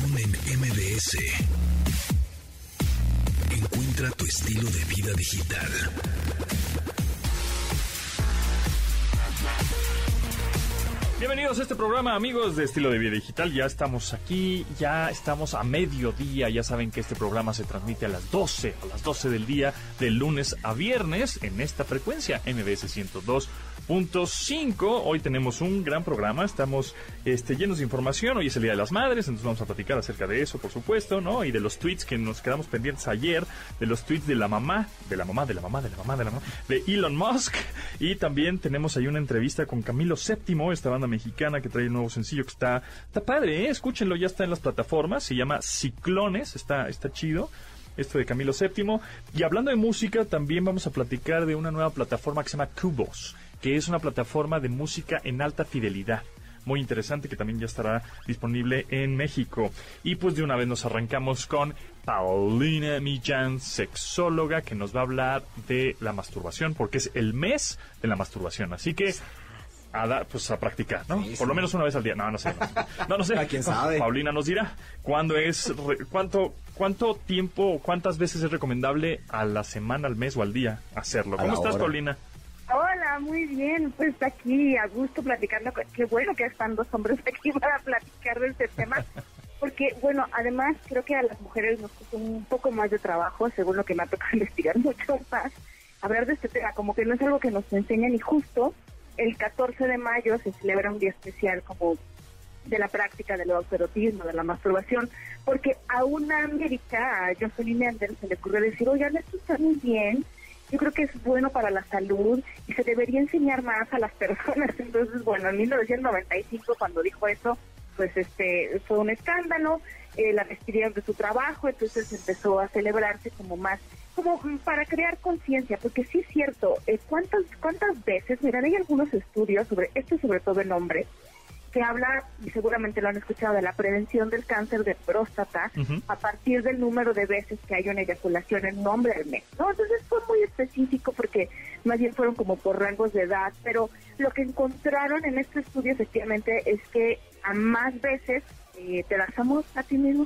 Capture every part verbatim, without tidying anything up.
Conexión en M B S. Encuentra tu estilo de vida digital. Bienvenidos a este programa, amigos de Estilo de Vida Digital. Ya estamos aquí, ya estamos a mediodía. Ya saben que este programa se transmite a las doce, a las doce del día, de lunes a viernes, en esta frecuencia, M B S ciento dos punto cinco. Hoy tenemos un gran programa, estamos este, llenos de información. Hoy es el Día de las Madres, entonces vamos a platicar acerca de eso, por supuesto, ¿no? Y de los tweets que nos quedamos pendientes ayer, de los tweets de la mamá, de la mamá, de la mamá, de la mamá, de la mamá, de Elon Musk. Y también tenemos ahí una entrevista con Camilo séptimo, esta banda mexicana que trae un nuevo sencillo que está, está padre, ¿eh? Escúchenlo, ya está en las plataformas, se llama Ciclones, está, está chido, esto de Camilo séptimo. Y hablando de música, también vamos a platicar de una nueva plataforma que se llama Cubos, que es una plataforma de música en alta fidelidad. Muy interesante, que también ya estará disponible en México. Y pues de una vez nos arrancamos con Paulina Millán, sexóloga, que nos va a hablar de la masturbación, porque es el mes de la masturbación. Así que a dar, pues a practicar, ¿no? Sí, Por sí. lo menos una vez al día. No, no sé. No, no, no sé. ¿A quién sabe? Paulina nos dirá cuándo es, re- cuánto, cuánto tiempo, cuántas veces es recomendable a la semana, al mes o al día hacerlo. A ¿Cómo la estás, hora. Paulina? Hola, muy bien, pues aquí a gusto platicando, con- qué bueno que están dos hombres aquí para platicar de este tema, porque bueno, además creo que a las mujeres nos cuesta un poco más de trabajo, según lo que me ha tocado investigar mucho más, hablar de este tema, como que no es algo que nos enseñan, y justo el catorce de mayo se celebra un día especial como de la práctica del autoerotismo, de la masturbación, porque a una médica, a Jocelyn Ender, se le ocurrió decir, oigan, esto está muy bien, yo creo que es bueno para la salud y se debería enseñar más a las personas. Entonces, bueno, en mil novecientos noventa y cinco, cuando dijo eso, pues este fue un escándalo, eh, la despidieron de su trabajo, entonces empezó a celebrarse como más, como mm, para crear conciencia, porque sí es cierto, eh, ¿cuántas cuántas veces? Miren, hay algunos estudios sobre esto, sobre todo en hombres, que habla, y seguramente lo han escuchado, de la prevención del cáncer de próstata Uh-huh. a partir del número de veces que hay una eyaculación en un hombre al mes, ¿no? Entonces fue muy específico porque más bien fueron como por rangos de edad, pero lo que encontraron en este estudio efectivamente es que a más veces eh, te das amor a ti mismo.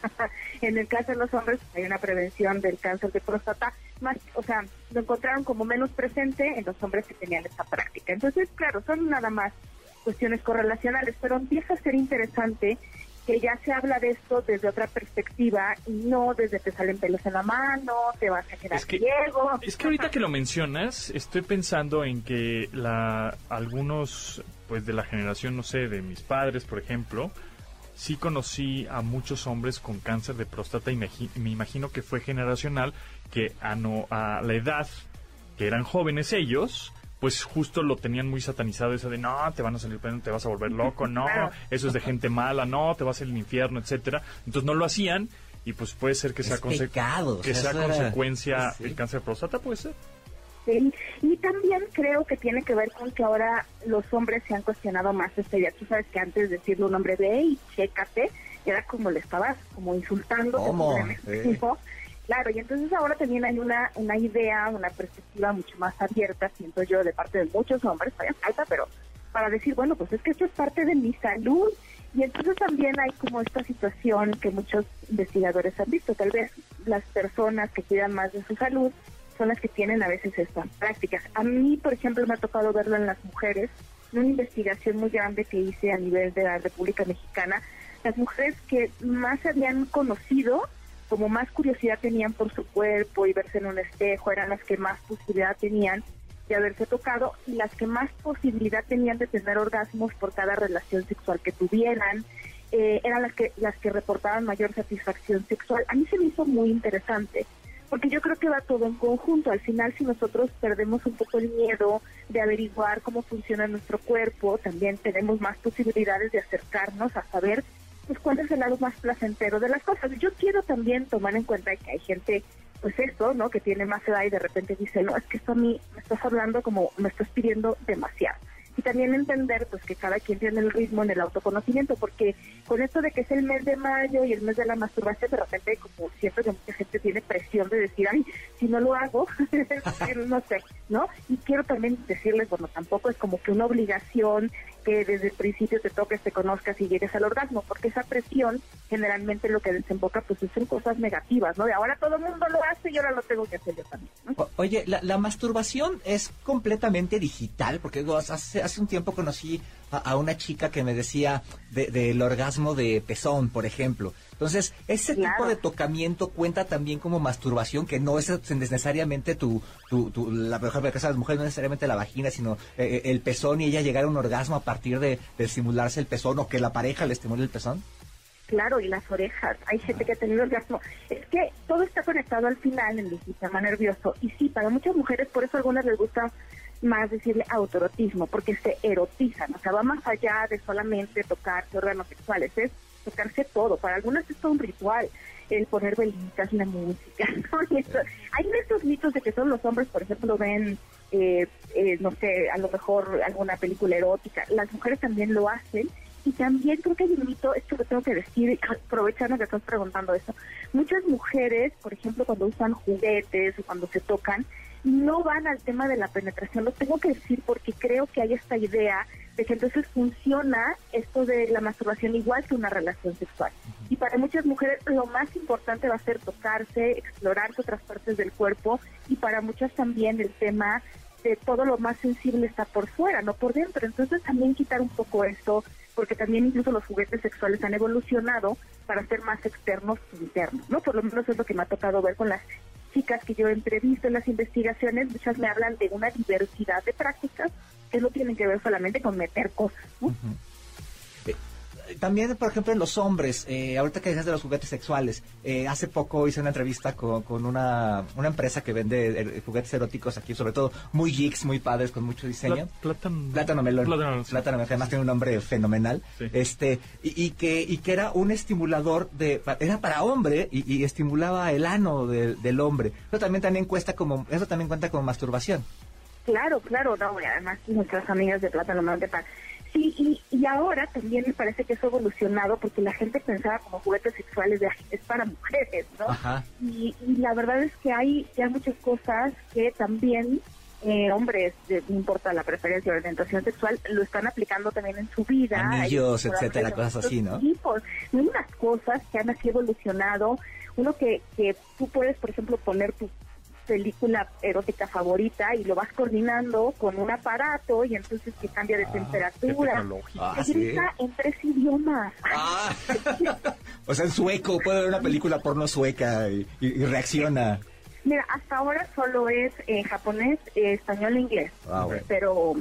En el caso de los hombres hay una prevención del cáncer de próstata, más, o sea, lo encontraron como menos presente en los hombres que tenían esta práctica. Entonces, claro, son nada más cuestiones correlacionales, pero empieza a ser interesante que ya se habla de esto desde otra perspectiva y no desde te salen pelos en la mano, te vas a quedar Es que- ciego. Es que ahorita que lo mencionas, estoy pensando en que la algunos, pues de la generación, no sé, de mis padres, por ejemplo, sí conocí a muchos hombres con cáncer de próstata y me, gi- me imagino que fue generacional, que a, no, a la edad que eran jóvenes ellos, pues justo lo tenían muy satanizado, eso de no, te van a salir pelos, te vas a volver loco, no, Claro. eso es de gente mala, no, te vas al infierno, etcétera. Entonces no lo hacían y pues puede ser que Es sea, conse- pecado, o que sea, sea eso era- consecuencia sí, sí. del cáncer de próstata, puede ser. Sí, y también creo que tiene que ver con que ahora los hombres se han cuestionado más esta idea. Tú sabes que antes decirle a un hombre, ve y chécate, era como le estabas como insultando. ¿Cómo? ¿Sí? Claro, y entonces ahora también hay una una idea, una perspectiva mucho más abierta, siento yo, de parte de muchos hombres, todavía falta, pero para decir, bueno, pues es que esto es parte de mi salud. Y entonces también hay como esta situación que muchos investigadores han visto, tal vez las personas que cuidan más de su salud son las que tienen a veces estas prácticas. A mí, por ejemplo, me ha tocado verlo en las mujeres, en una investigación muy grande que hice a nivel de la República Mexicana, las mujeres que más se habían conocido, como más curiosidad tenían por su cuerpo y verse en un espejo, eran las que más posibilidad tenían de haberse tocado y las que más posibilidad tenían de tener orgasmos por cada relación sexual que tuvieran, eh, eran las que las que reportaban mayor satisfacción sexual. A mí se me hizo muy interesante, porque yo creo que va todo en conjunto. Al final, si nosotros perdemos un poco el miedo de averiguar cómo funciona nuestro cuerpo, también tenemos más posibilidades de acercarnos a saber pues cuál es el lado más placentero de las cosas. Yo quiero también tomar en cuenta que hay gente, pues esto, ¿no?, que tiene más edad y de repente dice, no, es que esto a mí me estás hablando como, me estás pidiendo demasiado. Y también entender, pues, que cada quien tiene el ritmo en el autoconocimiento, porque con esto de que es el mes de mayo y el mes de la masturbación, de repente, como siento que mucha gente tiene presión de decir, ay, si no lo hago, no sé, ¿no? Y quiero también decirles, bueno, tampoco es como que una obligación que desde el principio te toques, te conozcas y llegues al orgasmo, porque esa presión generalmente lo que desemboca pues son cosas negativas, ¿no? De ahora todo el mundo lo hace y ahora lo tengo que hacer yo también, ¿no? O, oye, la, la masturbación es completamente digital, porque digo, hace, hace un tiempo conocí a, a una chica que me decía de, del orgasmo de pezón, por ejemplo. Entonces, ese Claro. tipo de tocamiento cuenta también como masturbación, que no es necesariamente tu, tu, tu la mejor de las mujeres, no necesariamente la vagina, sino eh, el pezón y ella llegar a un orgasmo a partir de, de estimularse el pezón o que la pareja le estimule el pezón. Claro, y las orejas. Hay gente que ha tenido orgasmo. Es que todo está conectado al final en el sistema nervioso. Y sí, para muchas mujeres, por eso a algunas les gusta más decirle autoerotismo, porque se erotizan. O sea, va más allá de solamente tocarse órganos sexuales, es tocarse todo. Para algunas es todo un ritual, el poner velitas, la música, ¿no? Y eso, hay estos mitos de que solo los hombres, por ejemplo, ven, eh, eh, no sé, a lo mejor alguna película erótica. Las mujeres también lo hacen. Y también creo que hay un mito, esto que tengo que decir, aprovechando que estás preguntando eso. Muchas mujeres, por ejemplo, cuando usan juguetes o cuando se tocan, no van al tema de la penetración. Lo tengo que decir porque creo que hay esta idea de que entonces funciona esto de la masturbación igual que una relación sexual. Y para muchas mujeres lo más importante va a ser tocarse, explorarse otras partes del cuerpo, y para muchas también el tema de todo lo más sensible está por fuera, no por dentro. Entonces también quitar un poco esto, porque también incluso los juguetes sexuales han evolucionado para ser más externos que internos, ¿no? Por lo menos es lo que me ha tocado ver con las chicas que yo entrevisto en las investigaciones. Muchas me hablan de una diversidad de prácticas que no tienen que ver solamente con meter cosas, ¿no? Uh-huh. eh, también, por ejemplo, en los hombres, eh, ahorita que decías de los juguetes sexuales, eh, hace poco hice una entrevista con, con una, una empresa que vende eh, juguetes eróticos aquí, sobre todo muy geeks, muy padres, con mucho diseño. Plátano, Plátano melón. Plátano, sí. Plátano melón, que además tiene un nombre fenomenal. Sí. Este, y, y que, y que era un estimulador de, era para hombre y, y estimulaba el ano de, del hombre. Eso también también cuesta como, eso también cuenta como masturbación. Claro, claro, no, y además nuestras amigas de Plátano Melón de Pan. Sí, y, y ahora también me parece que eso ha evolucionado porque la gente pensaba como juguetes sexuales de es para mujeres, ¿no? Ajá. Y, y la verdad es que hay ya muchas cosas que también eh, hombres, de, no importa la preferencia o orientación sexual, lo están aplicando también en su vida. Anillos, Hay, etcétera, cosas así, ¿no? Tipos. Hay unas cosas que han así evolucionado. Uno que, que tú puedes, por ejemplo, poner tu película erótica favorita y lo vas coordinando con un aparato y entonces que cambia de Ah, temperatura. Ah, que sí. grita en tres idiomas. Ah. O sea, en sueco, puede ver una película porno sueca y, y, y reacciona. Mira, hasta ahora solo es eh, japonés, eh, español e inglés. Ah, bueno. Pero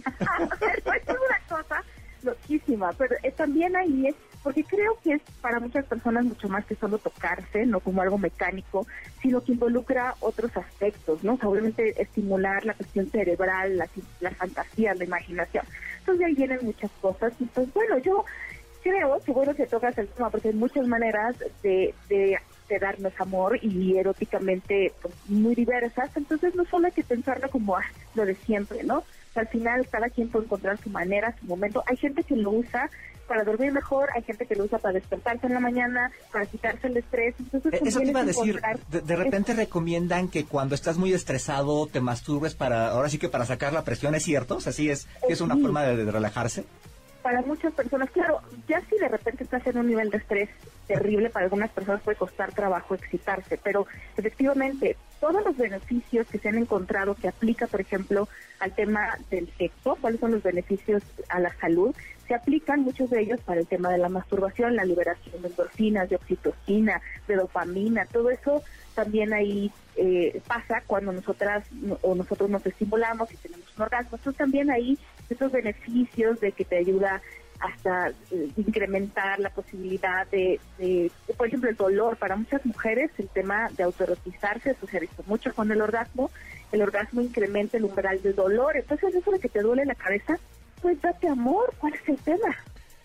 eso es una cosa loquísima. Pero eh, también ahí es, porque creo que es para muchas personas mucho más que solo tocarse, no como algo mecánico, sino que involucra otros aspectos, ¿no? O sea, obviamente estimular la cuestión cerebral, la, la fantasía, la imaginación. Entonces de ahí vienen muchas cosas. Y pues bueno, yo creo que bueno que tocas el tema porque hay muchas maneras de, de, de darnos amor y eróticamente pues, muy diversas. Entonces no solo hay que pensarlo como ah, lo de siempre, ¿no? O sea, al final cada quien puede encontrar su manera, su momento. Hay gente que lo usa para dormir mejor, hay gente que lo usa para despertarse en la mañana, para quitarse el estrés. Entonces, Eh, Eso te iba a decir, encontrar- de, de repente recomiendan que cuando estás muy estresado te masturbes para, ahora sí que para sacar la presión, ¿es cierto? O sea, sí es, sí es una Sí. forma de, de relajarse. Para muchas personas, claro, ya si de repente estás en un nivel de estrés terrible, para algunas personas puede costar trabajo excitarse, pero efectivamente todos los beneficios que se han encontrado que aplica, por ejemplo, al tema del sexo, cuáles son los beneficios a la salud, se aplican muchos de ellos para el tema de la masturbación, la liberación de endorfinas, de oxitocina, de dopamina, todo eso también ahí eh, pasa cuando nosotras no- o nosotros nos estimulamos y tenemos un orgasmo. Entonces también ahí esos beneficios de que te ayuda hasta eh, incrementar la posibilidad de, de, de, por ejemplo, el dolor. Para muchas mujeres el tema de autoerotizarse, eso se ha visto mucho con el orgasmo, el orgasmo incrementa el umbral del dolor. Entonces eso de que te duele la cabeza, pues date amor, ¿cuál es el tema?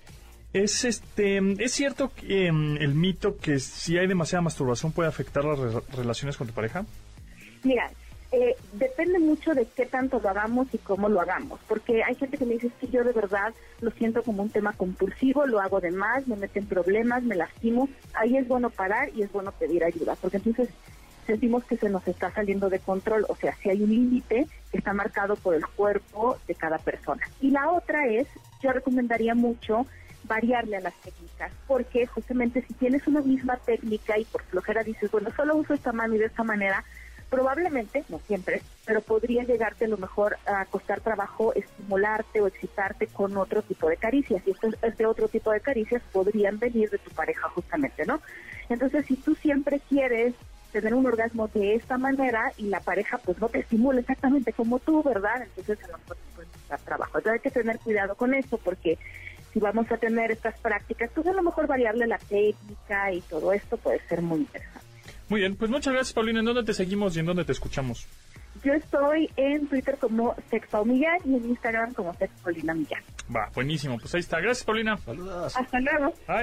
Es este es cierto que mm, el mito que si hay demasiada masturbación puede afectar las re- relaciones con tu pareja. Mira, eh, depende mucho de qué tanto lo hagamos y cómo lo hagamos, porque hay gente que me dice que yo de verdad lo siento como un tema compulsivo, lo hago de más, me meten problemas, me lastimo. Ahí es bueno parar y es bueno pedir ayuda, porque entonces sentimos que se nos está saliendo de control, o sea, si hay un límite que está marcado por el cuerpo de cada persona. Y la otra es yo recomendaría mucho variarle a las técnicas, porque justamente si tienes una misma técnica y por flojera dices, bueno, solo uso esta mano y de esta manera, probablemente, no siempre, pero podría llegarte a lo mejor a costar trabajo estimularte o excitarte con otro tipo de caricias, y estos, este otro tipo de caricias podrían venir de tu pareja justamente, ¿no? Entonces, si tú siempre quieres tener un orgasmo de esta manera y la pareja pues no te estimula exactamente como tú, ¿verdad? Entonces a lo mejor te puede costar trabajo. Entonces hay que tener cuidado con esto, porque si vamos a tener estas prácticas, pues a lo mejor variarle la técnica y todo esto puede ser muy interesante. Muy bien, pues muchas gracias, Paulina. ¿En dónde te seguimos y en dónde te escuchamos? Yo estoy en Twitter como SexPaulMillán y en Instagram como SexPaulinaMillán. Va, buenísimo. Pues ahí está. Gracias, Paulina. Saludos. Hasta luego. Bye.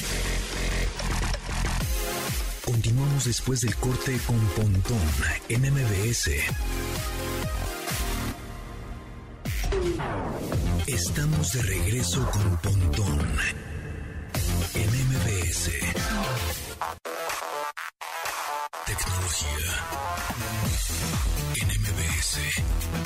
Continuamos después del corte con Pontón en M B S. Estamos de regreso con Pontón en M B S. Tecnología en M B S.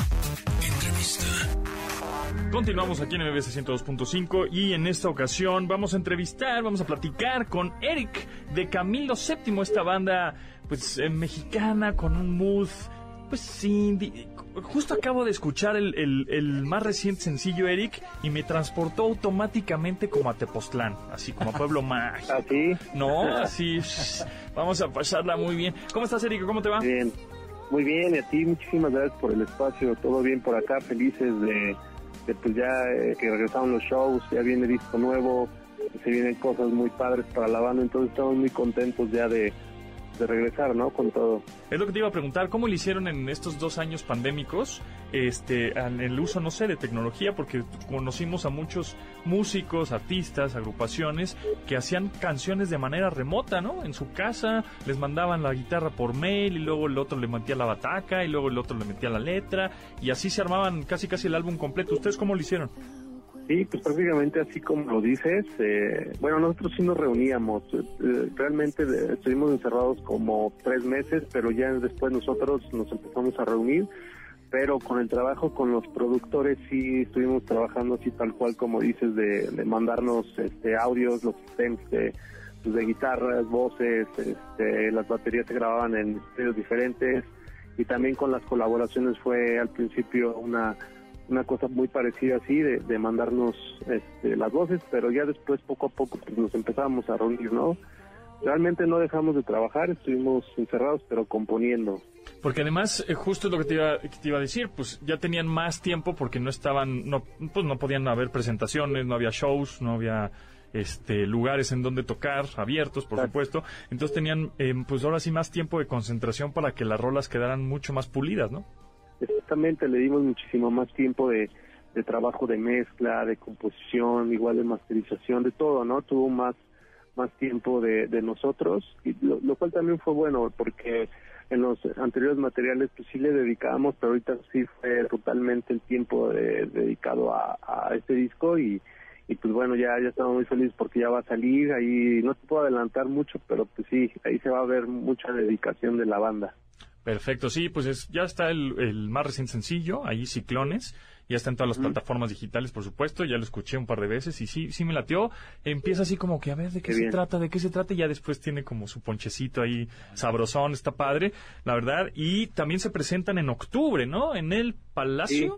Entrevista. Continuamos aquí en M B S ciento dos punto cinco y en esta ocasión vamos a entrevistar, vamos a platicar con Eric de Camilo séptimo, esta banda pues eh, mexicana con un mood pues indie. Justo acabo de escuchar el, el, el más reciente sencillo, Eric, y me transportó automáticamente como a Tepoztlán, así como a Pueblo Mágico. ¿Así? No, así, vamos a pasarla muy bien. ¿Cómo estás, Eric? ¿Cómo te va? Bien, muy bien, y a ti muchísimas gracias por el espacio, todo bien por acá, felices de, de pues ya eh, que regresaron los shows, ya viene disco nuevo, se vienen cosas muy padres para la banda, entonces estamos muy contentos ya de, de regresar, ¿no? Con todo. Es lo que te iba a preguntar, ¿cómo le hicieron en estos dos años pandémicos este, en el uso, no sé, de tecnología? Porque conocimos a muchos músicos, artistas, agrupaciones que hacían canciones de manera remota, ¿no? En su casa, les mandaban la guitarra por mail y luego el otro le metía la bataca y luego el otro le metía la letra y así se armaban casi casi el álbum completo. ¿Ustedes cómo lo hicieron? Sí, pues prácticamente así como lo dices. Eh, bueno, nosotros sí nos reuníamos. Eh, realmente eh, estuvimos encerrados como tres meses, pero ya después nosotros nos empezamos a reunir. Pero con el trabajo con los productores sí estuvimos trabajando así tal cual como dices, de, de mandarnos este, audios, los sistemas de, pues, de guitarras, voces, este, las baterías se grababan en estudios diferentes. Y también con las colaboraciones fue al principio una... una cosa muy parecida así, de, de mandarnos este, las voces, pero ya después poco a poco pues, nos empezábamos a reunir, ¿no? Realmente no dejamos de trabajar, estuvimos encerrados, pero componiendo. Porque además, eh, justo es lo que te, iba, que te iba a decir, pues ya tenían más tiempo porque no estaban, no, pues no podían haber presentaciones, no había shows, no había este lugares en donde tocar, abiertos, por supuesto. Entonces tenían, eh, pues ahora sí, más tiempo de concentración para que las rolas quedaran mucho más pulidas, ¿no? Exactamente, le dimos muchísimo más tiempo de, de trabajo de mezcla, de composición, igual de masterización, de todo, ¿no? Tuvo más más tiempo de, de nosotros, y lo, lo cual también fue bueno, porque en los anteriores materiales pues sí le dedicábamos, pero ahorita sí fue totalmente el tiempo de, dedicado a, a este disco, y, y pues bueno, ya, ya estamos muy felices porque ya va a salir, ahí no te puedo adelantar mucho, pero pues sí, ahí se va a ver mucha dedicación de la banda. Perfecto, sí, pues es, ya está el, el más reciente sencillo, ahí Ciclones, ya está en todas las mm. plataformas digitales, por supuesto, ya lo escuché un par de veces y sí, sí me latió. Empieza así como que a ver de qué, qué se bien. trata, de qué se trata, y ya después tiene como su ponchecito ahí sabrosón, está padre, la verdad. Y también se presentan en octubre, ¿no? En el Palacio.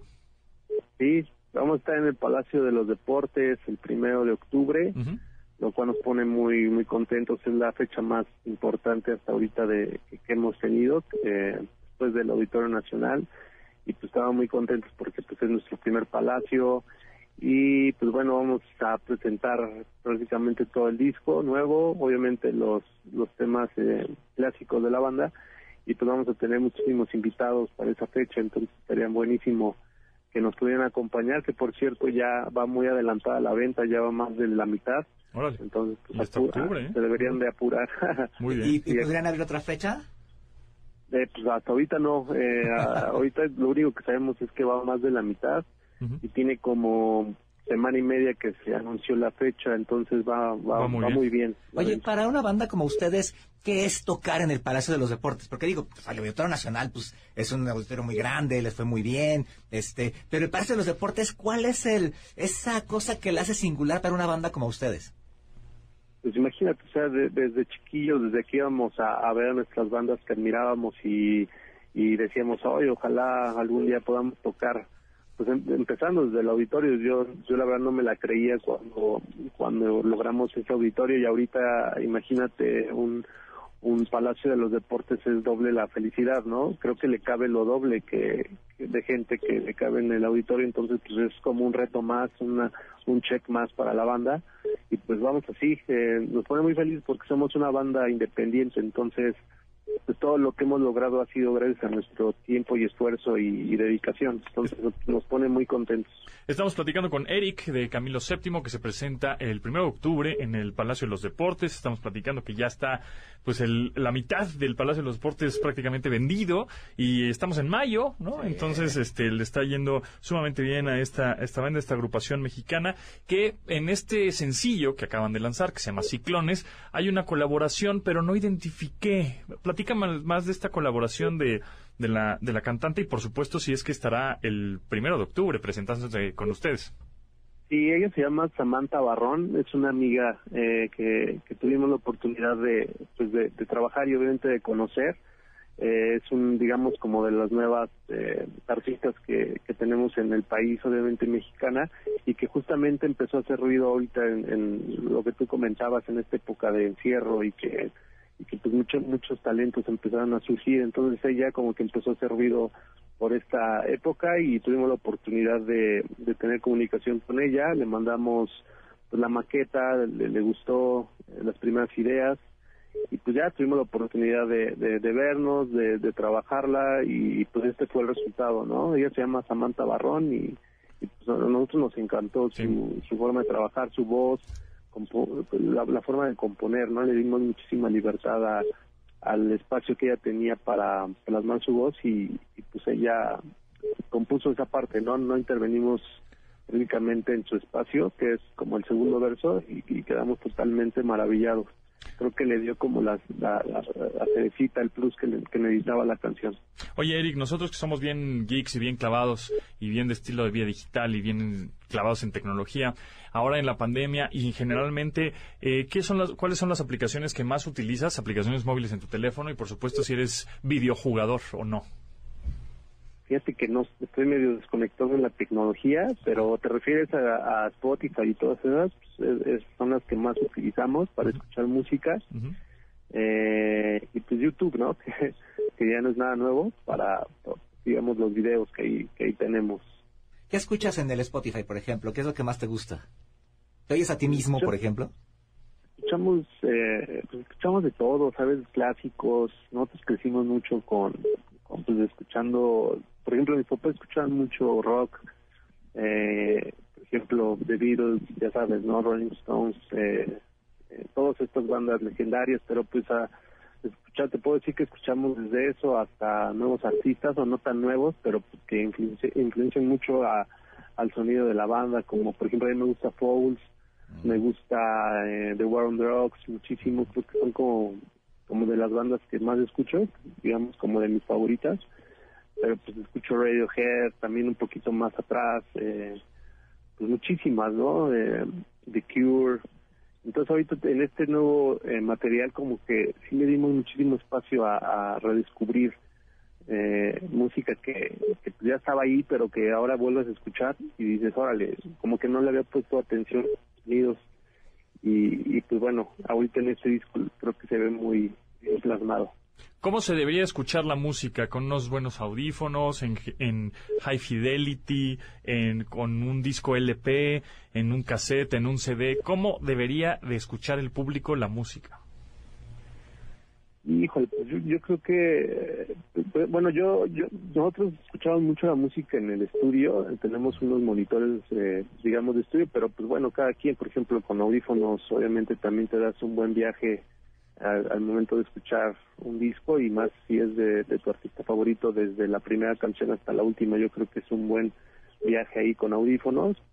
Sí, sí, vamos a estar en el Palacio de los Deportes el primero de octubre. Uh-huh. Lo cual nos pone muy muy contentos, es la fecha más importante hasta ahorita de que, que hemos tenido, eh, después del Auditorio Nacional, y pues estábamos muy contentos porque pues es nuestro primer palacio, y pues bueno, vamos a presentar prácticamente todo el disco nuevo, obviamente los los temas eh, clásicos de la banda, y pues vamos a tener muchísimos invitados para esa fecha, entonces estaría buenísimo que nos pudieran acompañar, que por cierto ya va muy adelantada la venta, ya va más de la mitad. Órale. Entonces, pues, apura, octubre, ¿eh? Se deberían de apurar. Muy bien. ¿Y, y podrían abrir otra fecha? Eh, pues hasta ahorita no. Eh, a, ahorita lo único que sabemos es que va más de la mitad, uh-huh. y tiene como semana y media que se anunció la fecha, entonces va va, va, muy, va bien. muy bien. Oye, para una banda como ustedes, ¿qué es tocar en el Palacio de los Deportes? Porque digo, pues, el Auditorio Nacional pues es un auditorio muy grande, les fue muy bien, este, pero el Palacio de los Deportes, ¿cuál es el esa cosa que le hace singular para una banda como ustedes? Pues imagínate, o sea, de, desde chiquillos, desde que íbamos a, a ver a nuestras bandas que admirábamos y, y decíamos, oye, ojalá algún día podamos tocar. Pues em, empezando desde el auditorio, yo yo la verdad no me la creía cuando cuando logramos ese auditorio, y ahorita imagínate un un Palacio de los Deportes es doble la felicidad, ¿no? Creo que le cabe lo doble que, que de gente que le cabe en el auditorio, entonces pues es como un reto más, una un check más para la banda, y pues vamos así, eh, nos pone muy felices porque somos una banda independiente, entonces pues todo lo que hemos logrado ha sido gracias a nuestro tiempo y esfuerzo y, y dedicación. Entonces nos, nos pone muy contentos. Estamos platicando con Eric de Camilo séptimo, que se presenta el primero de octubre en el Palacio de los Deportes. Estamos platicando que ya está pues el, la mitad del Palacio de los Deportes prácticamente vendido, y estamos en mayo, ¿no? Sí. Entonces este le está yendo sumamente bien a esta, esta banda, esta agrupación mexicana, que en este sencillo que acaban de lanzar, que se llama Ciclones, hay una colaboración, pero no identifiqué. Platícame más de esta colaboración de, de la de la cantante, y por supuesto si es que estará el primero de octubre presentándose con ustedes. Sí, ella se llama Samantha Barrón, es una amiga eh, que, que tuvimos la oportunidad de, pues de, de trabajar y obviamente de conocer. Eh, es un, digamos, como de las nuevas eh, artistas que, que tenemos en el país, obviamente mexicana, y que justamente empezó a hacer ruido ahorita en, en lo que tú comentabas, en esta época de encierro, y que y que pues muchos muchos talentos empezaron a surgir. Entonces ella como que empezó a hacer ruido por esta época, y tuvimos la oportunidad de, de tener comunicación con ella. Le mandamos pues la maqueta, le, le gustó eh, las primeras ideas, y pues ya tuvimos la oportunidad de, de, de vernos, de, de trabajarla, y pues este fue el resultado, ¿no? Ella se llama Samantha Barrón, y, y pues a nosotros nos encantó su, sí. su forma de trabajar, su voz, La, la forma de componer, ¿no? Le dimos muchísima libertad a, al espacio que ella tenía para plasmar su voz, y, y pues ella compuso esa parte, ¿no? No intervenimos únicamente en su espacio, que es como el segundo verso, y, y quedamos totalmente maravillados. Creo que le dio como la, la, la, la cerecita, el plus que, le, que necesitaba la canción. Oye, Eric, nosotros que somos bien geeks y bien clavados y bien de estilo de vida digital y bien clavados en tecnología, ahora en la pandemia y generalmente, eh, ¿qué son las, ¿cuáles son las aplicaciones que más utilizas? Aplicaciones móviles en tu teléfono, y por supuesto si eres videojugador o no. Fíjate que no estoy medio desconectado en la tecnología, pero te refieres a, a Spotify y todas esas, pues, es, es, son las que más utilizamos para uh-huh. escuchar música. Uh-huh. eh, y pues YouTube, ¿no? que, que ya no es nada nuevo para, digamos, los videos que ahí, que ahí tenemos. ¿Qué escuchas en el Spotify, por ejemplo? ¿Qué es lo que más te gusta? ¿Te oyes a ti mismo, por ejemplo? Escuchamos, eh, pues escuchamos de todo, ¿sabes? Clásicos. Nosotros crecimos mucho con, con pues escuchando, por ejemplo, mis papás escuchaban mucho rock, eh, por ejemplo, The Beatles, ya sabes, ¿no? Rolling Stones, eh, eh, todas estas bandas legendarias, pero pues a escuchar, te puedo decir que escuchamos desde eso hasta nuevos artistas, o no tan nuevos, pero pues, que influencian, influencian mucho a, al sonido de la banda, como por ejemplo a mí me gusta Fouls, mm. me gusta eh, The War on Drugs, muchísimo, creo que son como, como de las bandas que más escucho, digamos como de mis favoritas, pero pues escucho Radiohead, también un poquito más atrás, eh, pues muchísimas, ¿no? Eh, The Cure. Entonces ahorita en este nuevo eh, material como que sí le dimos muchísimo espacio a, a redescubrir eh, música que, que ya estaba ahí, pero que ahora vuelves a escuchar y dices, órale, como que no le había puesto atención a los sonidos, y, y pues bueno, ahorita en este disco creo que se ve muy bien plasmado. ¿Cómo se debería escuchar la música? ¿Con unos buenos audífonos, en, en high fidelity, en, con un disco L P, en un cassette, en un C D? ¿Cómo debería de escuchar el público la música? Híjole, pues yo, yo creo que, eh, bueno, yo, yo nosotros escuchamos mucho la música en el estudio, tenemos unos monitores, eh, digamos, de estudio, pero pues bueno, cada quien, por ejemplo, con audífonos, obviamente también te das un buen viaje Al, al momento de escuchar un disco, y más si es de, de tu artista favorito, desde la primera canción hasta la última. Yo creo que es un buen viaje ahí con audífonos,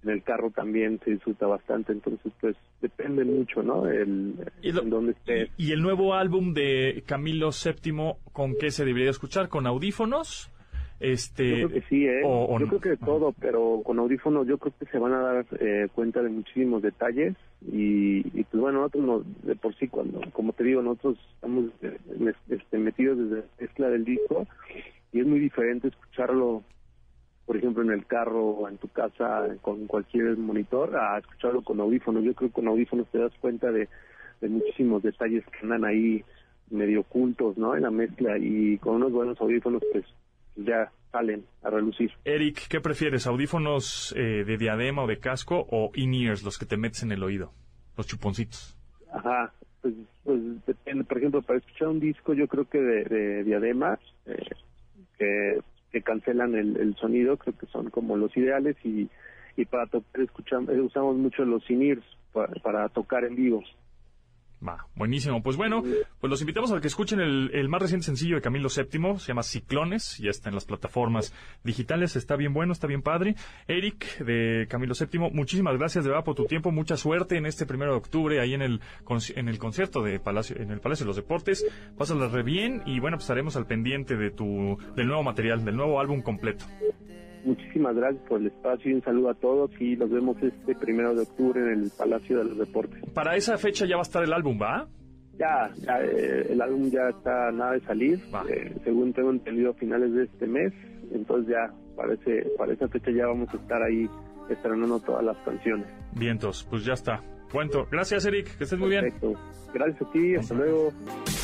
en el carro también se disfruta bastante, entonces pues depende mucho, ¿no? El, ¿Y, lo, en dónde estés. Y, y el nuevo álbum de Camilo séptimo, ¿con qué se debería escuchar? ¿Con audífonos? Este, yo creo que sí, ¿eh? O, o yo no. creo que de todo, pero con audífonos yo creo que se van a dar eh, cuenta de muchísimos detalles y, y pues bueno, nosotros no, de por sí, cuando, como te digo, nosotros estamos eh, este, metidos desde la mezcla del disco y es muy diferente escucharlo, por ejemplo, en el carro o en tu casa con cualquier monitor, a escucharlo con audífonos. Yo creo que con audífonos te das cuenta de, de muchísimos detalles que andan ahí medio ocultos, ¿no? En la mezcla, y con unos buenos audífonos, pues ya salen a relucir. Eric, ¿qué prefieres? ¿Audífonos eh, de diadema o de casco o in-ears, los que te metes en el oído? Los chuponcitos. Ajá, pues, pues depende. Por ejemplo, para escuchar un disco yo creo que de, de diadema, eh, que, que cancelan el, el sonido, creo que son como los ideales, y, y para tocar escuchamos, usamos mucho los in-ears para, para tocar en vivo. Va, buenísimo. Pues bueno, pues los invitamos a que escuchen el, el más reciente sencillo de Camilo séptimo, se llama Ciclones, ya está en las plataformas digitales, está bien bueno, está bien padre. Eric, de Camilo séptimo, muchísimas gracias de verdad por tu tiempo, mucha suerte en este primero de octubre, ahí en el en el concierto de Palacio, en el Palacio de los Deportes, pásala re bien, y bueno, pues estaremos al pendiente de tu, del nuevo material, del nuevo álbum completo. Muchísimas gracias por el espacio y un saludo a todos, y nos vemos este primero de octubre en el Palacio de los Deportes. Para esa fecha ya va a estar el álbum, ¿va? Ya, ya eh, el álbum ya está nada de salir, eh, según tengo entendido a finales de este mes, entonces ya para, ese, para esa fecha ya vamos a estar ahí estrenando todas las canciones. Vientos, pues ya está. Cuento. Gracias, Eric, que estés muy bien. Perfecto. Gracias a ti, hasta luego.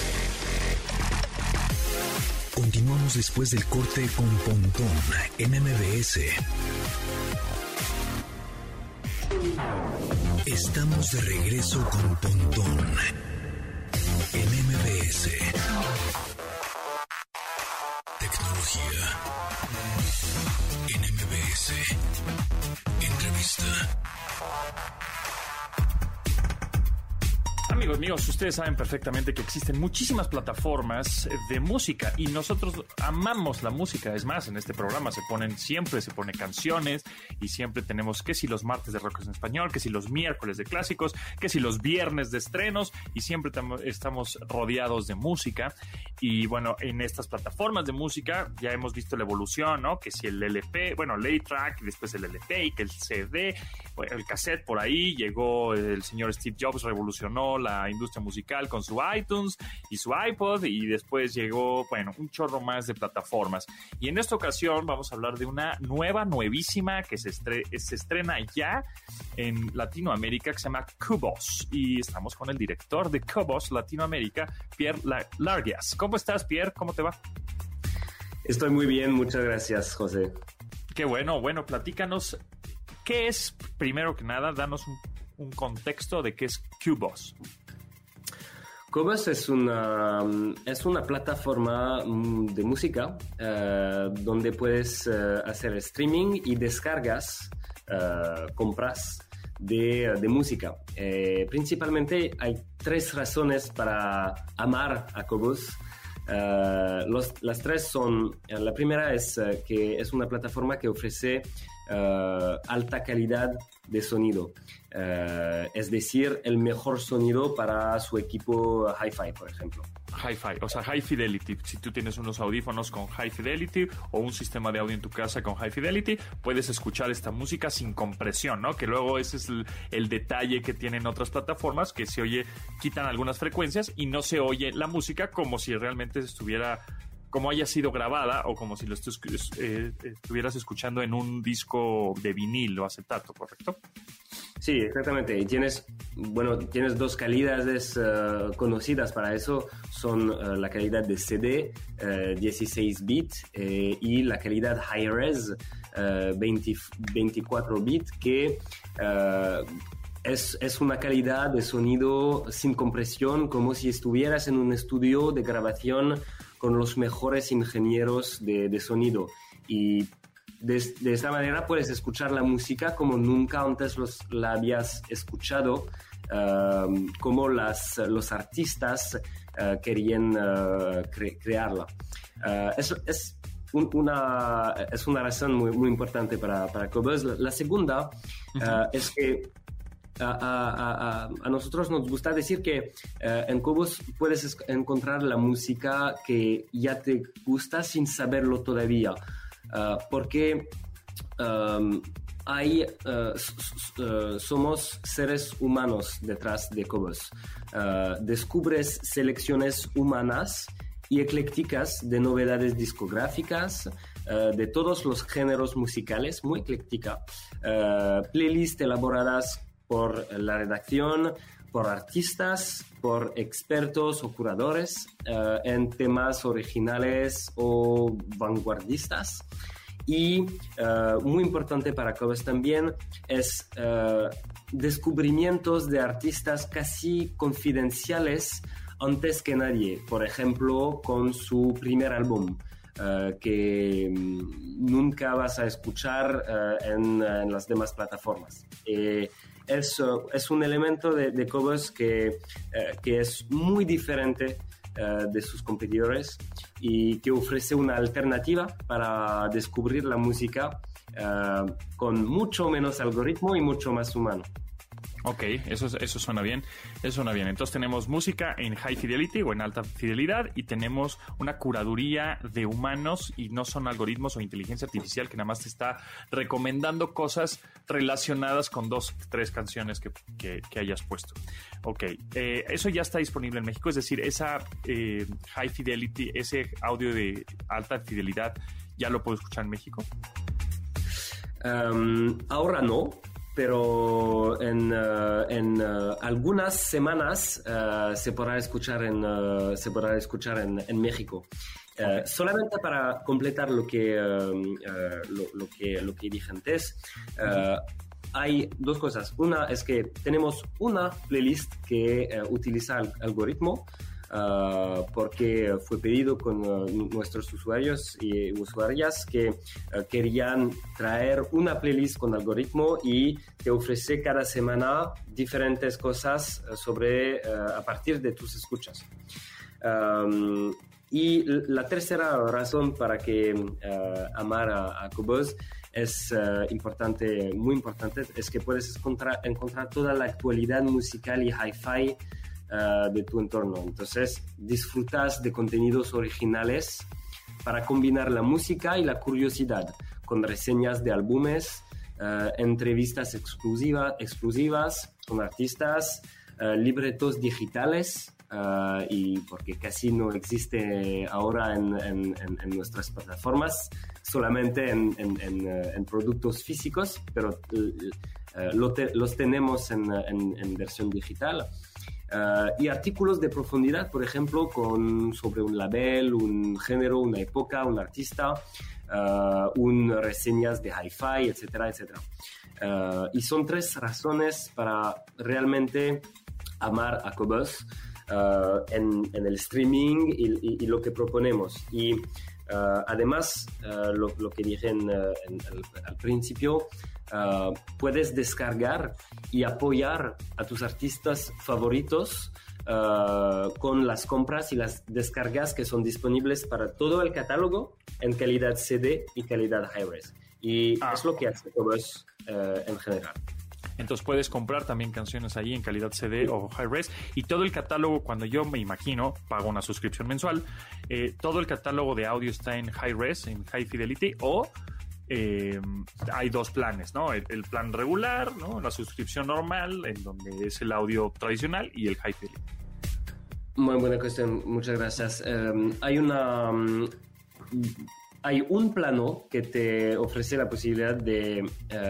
Continuamos después del corte con Pontón en M B S. Estamos de regreso con Pontón en M B S. Tecnología en M B S. Entrevista. Amigos míos, ustedes saben perfectamente que existen muchísimas plataformas de música y nosotros amamos la música. Es más, en este programa se ponen siempre, se pone canciones y siempre tenemos que si los martes de rock en español, que si los miércoles de clásicos, que si los viernes de estrenos, y siempre tam- estamos rodeados de música. Y bueno, en estas plataformas de música ya hemos visto la evolución, ¿no? Que si el L P, bueno, el A-Track, y después el L P, y que el C D, el cassette por ahí, llegó el señor Steve Jobs, revolucionó la industria musical con su iTunes y su iPod, y después llegó, bueno, un chorro más de plataformas. Y en esta ocasión vamos a hablar de una nueva, nuevísima, que se, estre- se estrena ya en Latinoamérica, que se llama Qobuz, y estamos con el director de Qobuz Latinoamérica, Pierre La- Larguias. ¿Cómo estás, Pierre? ¿Cómo te va? Estoy muy bien, muchas gracias, José. Qué bueno, bueno, platícanos, ¿qué es, primero que nada, danos un, un contexto de qué es Qobuz? Qobuz es una, es una plataforma de música uh, donde puedes uh, hacer streaming y descargas, uh, compras de, de música. Eh, principalmente hay tres razones para amar a Qobuz. Uh, los, las tres son, la primera es uh, que es una plataforma que ofrece uh, alta calidad de sonido, uh, es decir, el mejor sonido para su equipo hi-fi, por ejemplo. Hi-Fi, o sea, High Fidelity. Si tú tienes unos audífonos con High Fidelity o un sistema de audio en tu casa con High Fidelity, puedes escuchar esta música sin compresión, ¿no? Que luego ese es el, el detalle que tienen otras plataformas, que se oye, quitan algunas frecuencias y no se oye la música como si realmente estuviera, como haya sido grabada o como si lo estus, eh, estuvieras escuchando en un disco de vinil o acetato, ¿correcto? Sí, exactamente. Y tienes, bueno, tienes dos calidades uh, conocidas para eso. Son uh, la calidad de C D, uh, dieciséis bits, eh, y la calidad high res, uh, veinte, veinticuatro bits, que uh, es, es una calidad de sonido sin compresión, como si estuvieras en un estudio de grabación con los mejores ingenieros de, de sonido. Y De, de esta manera puedes escuchar la música como nunca antes los, la habías escuchado, uh, como las, los artistas uh, querían uh, cre- crearla. Uh, es, es un, una, es una razón muy, muy importante para, para Qobuz. La, la segunda uh, uh, es que A, a, a, a nosotros nos gusta decir que uh, en Qobuz puedes es- encontrar la música que ya te gusta sin saberlo todavía, uh, porque um, hay, uh, s- s- uh, somos seres humanos detrás de Qobuz. Uh, descubres selecciones humanas y eclécticas de novedades discográficas, uh, de todos los géneros musicales, muy ecléctica, uh, playlists elaboradas por la redacción, por artistas, por expertos o curadores uh, en temas originales o vanguardistas. Y uh, muy importante para Qobuz también es uh, descubrimientos de artistas casi confidenciales antes que nadie, por ejemplo, con su primer álbum. Uh, que um, nunca vas a escuchar uh, en, en las demás plataformas. Eh, es, uh, es un elemento de, de Qobuz que, uh, que es muy diferente uh, de sus competidores y que ofrece una alternativa para descubrir la música uh, con mucho menos algoritmo y mucho más humano. Ok, eso, eso suena bien, eso suena bien. Entonces tenemos música en high fidelity o en alta fidelidad y tenemos una curaduría de humanos y no son algoritmos o inteligencia artificial que nada más te está recomendando cosas relacionadas con dos, tres canciones que, que, que hayas puesto. Ok, eh, eso ya está disponible en México, es decir, esa eh, high fidelity, ese audio de alta fidelidad, ¿ya lo puedo escuchar en México? Um, ahora no. Pero en, uh, en uh, algunas semanas uh, se podrá escuchar en, uh, se podrá escuchar en, en México. Uh, solamente para completar lo que, uh, uh, lo, lo que, lo que dije antes, uh, hay dos cosas. Una es que tenemos una playlist que uh, utiliza el algoritmo, Uh, porque fue pedido con uh, nuestros usuarios y usuarias que uh, querían traer una playlist con algoritmo y te ofrece cada semana diferentes cosas uh, sobre uh, a partir de tus escuchas. Um, y la tercera razón para que uh, amar a, a Qobuz es uh, importante, muy importante, es que puedes encontrar, encontrar toda la actualidad musical y hi-fi Uh, de tu entorno. Entonces disfrutas de contenidos originales para combinar la música y la curiosidad con reseñas de álbumes, uh, entrevistas exclusiva, exclusivas con artistas, uh, libretos digitales uh, y porque casi no existe ahora en, en, en, en nuestras plataformas, solamente en, en, en, uh, en productos físicos, pero uh, lo te, los tenemos en, en, en versión digital. Uh, y artículos de profundidad, por ejemplo, con, sobre un label, un género, una época, un artista, uh, un, reseñas de hi-fi, etcétera, etcétera. Uh, y son tres razones para realmente amar a Qobuz uh, en, en el streaming y, y, y lo que proponemos. Y uh, además, uh, lo, lo que dije en, en, al, al principio, Uh, puedes descargar y apoyar a tus artistas favoritos uh, con las compras y las descargas que son disponibles para todo el catálogo en calidad C D y calidad high-res. Y ah. es lo que hace Qobuz uh, en general. Entonces puedes comprar también canciones ahí en calidad C D o high-res y todo el catálogo, cuando yo me imagino, pago una suscripción mensual, eh, todo el catálogo de audio está en high-res, en high fidelity o Eh, hay dos planes, ¿no? El, el plan regular, ¿no? La suscripción normal, en donde es el audio tradicional, y el high fidelity. Muy buena cuestión, muchas gracias. Um, hay una um, hay un plano que te ofrece la posibilidad de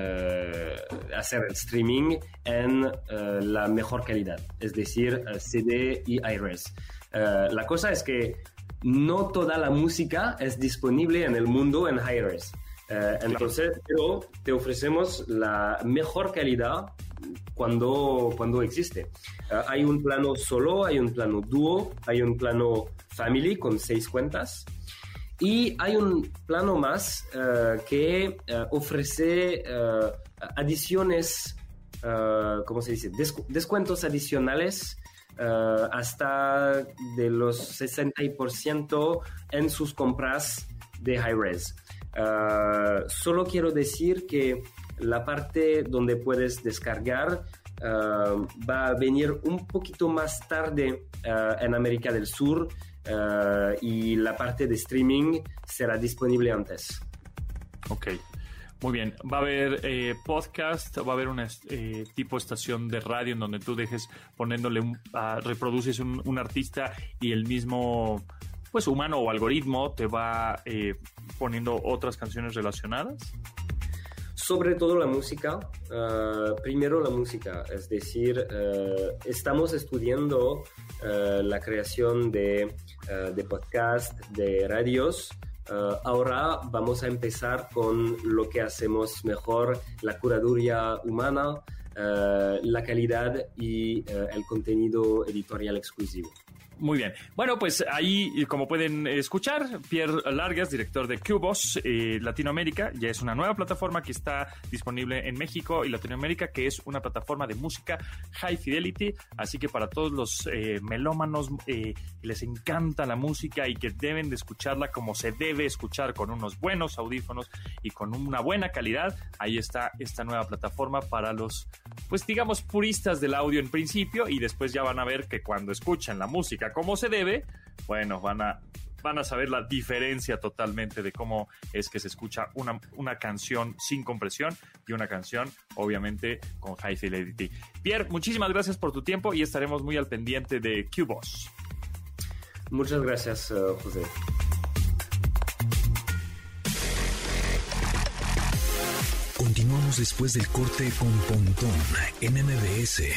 uh, hacer el streaming en uh, la mejor calidad, es decir, uh, C D y high-res. Uh, la cosa es que no toda la música es disponible en el mundo en high-res. Uh, entonces, pero te ofrecemos la mejor calidad cuando, cuando existe. Uh, hay un plano solo, hay un plano dúo, hay un plano family con seis cuentas y hay un plano más uh, que uh, ofrece uh, adiciones, uh, ¿cómo se dice? Descu- descuentos adicionales uh, hasta de los sesenta por ciento en sus compras de Hi-Res. Uh, solo quiero decir que la parte donde puedes descargar uh, va a venir un poquito más tarde uh, en América del Sur uh, y la parte de streaming será disponible antes. Ok, muy bien. Va a haber eh, podcast, va a haber una eh, tipo estación de radio en donde tú dejes poniéndole, un, uh, reproduces un, un artista y el mismo, pues, humano o algoritmo te va eh, poniendo otras canciones relacionadas. Sobre todo la música, uh, primero la música, es decir, uh, estamos estudiando uh, la creación de, uh, de podcast, de radios. Uh, ahora vamos a empezar con lo que hacemos mejor, la curaduría humana, uh, la calidad y uh, el contenido editorial exclusivo. Muy bien. Bueno, pues ahí, como pueden escuchar, Pierre Largas, director de Qbos eh, Latinoamérica, ya es una nueva plataforma que está disponible en México y Latinoamérica, que es una plataforma de música high fidelity, así que para todos los eh, melómanos eh, les encanta la música y que deben de escucharla como se debe escuchar, con unos buenos audífonos y con una buena calidad, ahí está esta nueva plataforma para los, pues digamos, puristas del audio en principio, y después ya van a ver que cuando escuchan la música como se debe, bueno, van a, van a saber la diferencia totalmente de cómo es que se escucha una, una canción sin compresión y una canción, obviamente, con high fidelity. Pierre, muchísimas gracias por tu tiempo y estaremos muy al pendiente de Qbos. Muchas gracias, uh, José. Continuamos después del corte con Pontón en M B S.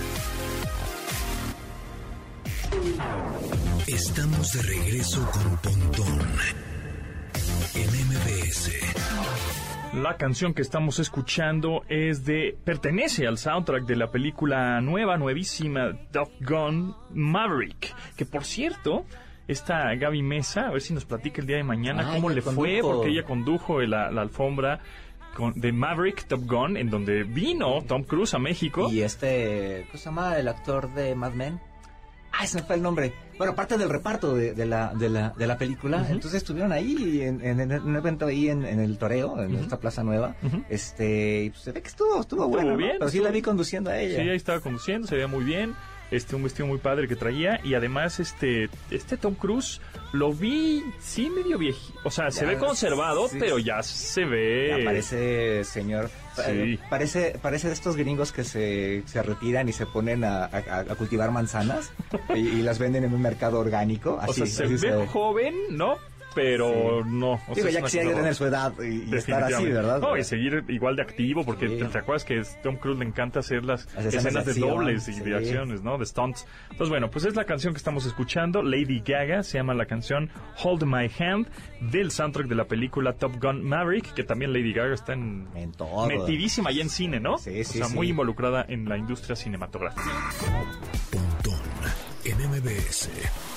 Estamos de regreso con Pontón en M B S. La canción que estamos escuchando es de, pertenece al soundtrack de la película nueva, nuevísima Top Gun Maverick, que por cierto, esta Gaby Mesa, a ver si nos platica el día de mañana Ay, cómo le condujo. fue, porque ella condujo la, la alfombra con, de Maverick Top Gun, en donde vino Tom Cruise a México. Y este, ¿cómo se llama el actor de Mad Men? Ah, se me fue el nombre. Bueno, parte del reparto de, de, la, de, la, de la película. Uh-huh. Entonces estuvieron ahí en, en, en un evento ahí en, en el Toreo, en uh-huh. esta plaza nueva. Uh-huh. Este, y pues se ve que estuvo, estuvo, estuvo bueno, bien, ¿no? Pero sí estuvo... la vi conduciendo a ella. Sí, ahí estaba conduciendo, se veía muy bien. Este, un vestido muy padre que traía. Y además, este, este Tom Cruise lo vi, sí, medio viejito. O sea, ya, se ve conservado, sí, pero ya se ve. Ya parece señor. Sí. Parece, parece de estos gringos que se, se retiran y se ponen a, a, a cultivar manzanas y, y las venden en un mercado orgánico. Así, o sea, se así ve se ve joven, ¿no? Pero sí. no. O Digo, sea, ya quisiera tener su edad y, y estar así, ¿verdad? No, y seguir igual de activo, porque sí. te, te acuerdas que a Tom Cruise le encanta hacer las, las escenas, escenas de, acción, de dobles y sí. de acciones, ¿no? De stunts. Entonces, bueno, pues es la canción que estamos escuchando. Lady Gaga, se llama la canción Hold My Hand, del soundtrack de la película Top Gun Maverick, que también Lady Gaga está en, en todo. metidísima ya en cine, ¿no? Sí, sí, o sea, sí. muy involucrada en la industria cinematográfica. Pontón en M B S.